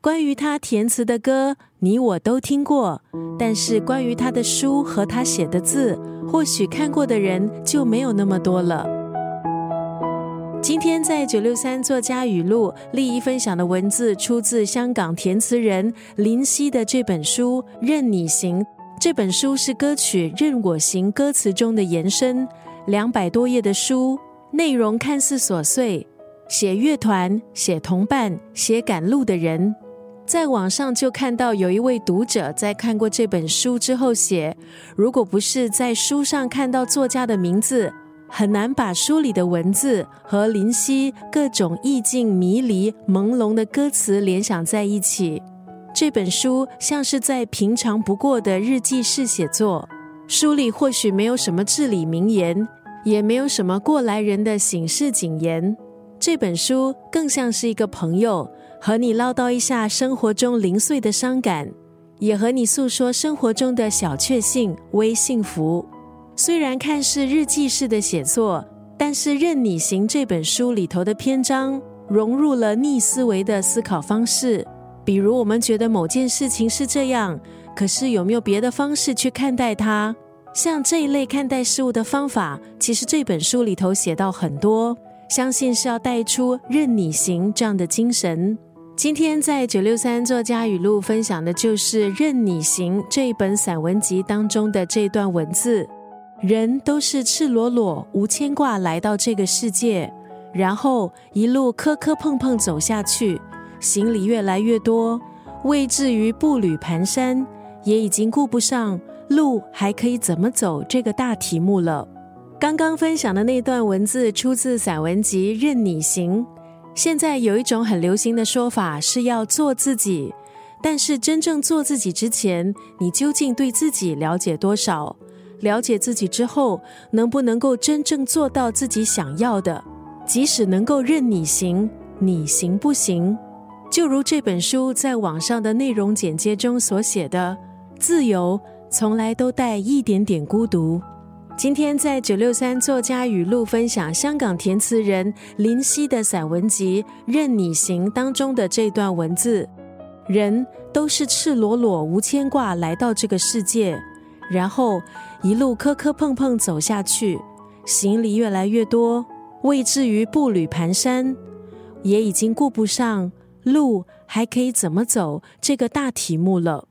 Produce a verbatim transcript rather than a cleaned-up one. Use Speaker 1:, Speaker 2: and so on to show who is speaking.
Speaker 1: 关于他填词的歌，你我都听过，但是关于他的书和他写的字，或许看过的人就没有那么多了。今天在九六三作家语录，立一分享的文字出自香港填词人林夕的这本书《任你行》。这本书是歌曲《任我行》歌词中的延伸，两百多页的书，内容看似琐碎，写乐团、写同伴、写赶路的人。在网上就看到有一位读者在看过这本书之后写，如果不是在书上看到作家的名字，很难把书里的文字和林夕各种意境迷离、朦胧的歌词联想在一起。这本书像是在平常不过的日记式写作，书里或许没有什么至理名言，也没有什么过来人的醒世警言。这本书更像是一个朋友，和你唠叨一下生活中零碎的伤感，也和你诉说生活中的小确幸、微幸福。虽然看似日记式的写作，但是《任你行》这本书里头的篇章融入了逆思维的思考方式。比如我们觉得某件事情是这样，可是有没有别的方式去看待它？像这一类看待事物的方法，其实这本书里头写到很多，相信是要带出任你行这样的精神。今天在九六三作家语录分享的就是《任你行》这一本散文集当中的这段文字。人都是赤裸裸无牵挂来到这个世界，然后一路磕磕碰碰走下去，行李越来越多，未至于步履蹒跚，也已经顾不上路还可以怎么走这个大题目了。刚刚分享的那段文字出自散文集《任你行》。现在有一种很流行的说法是要做自己，但是真正做自己之前，你究竟对自己了解多少？了解自己之后，能不能够真正做到自己想要的？即使能够任你行，你行不行？就如这本书在网上的内容简介中所写的，自由从来都带一点点孤独。今天在九六三作家语录分享香港填词人林夕的散文集《任你行》当中的这段文字：人都是赤裸裸无牵挂来到这个世界，然后一路磕磕碰碰走下去，行李越来越多，未至于步履蹒跚，也已经顾不上路还可以怎么走这个大题目了。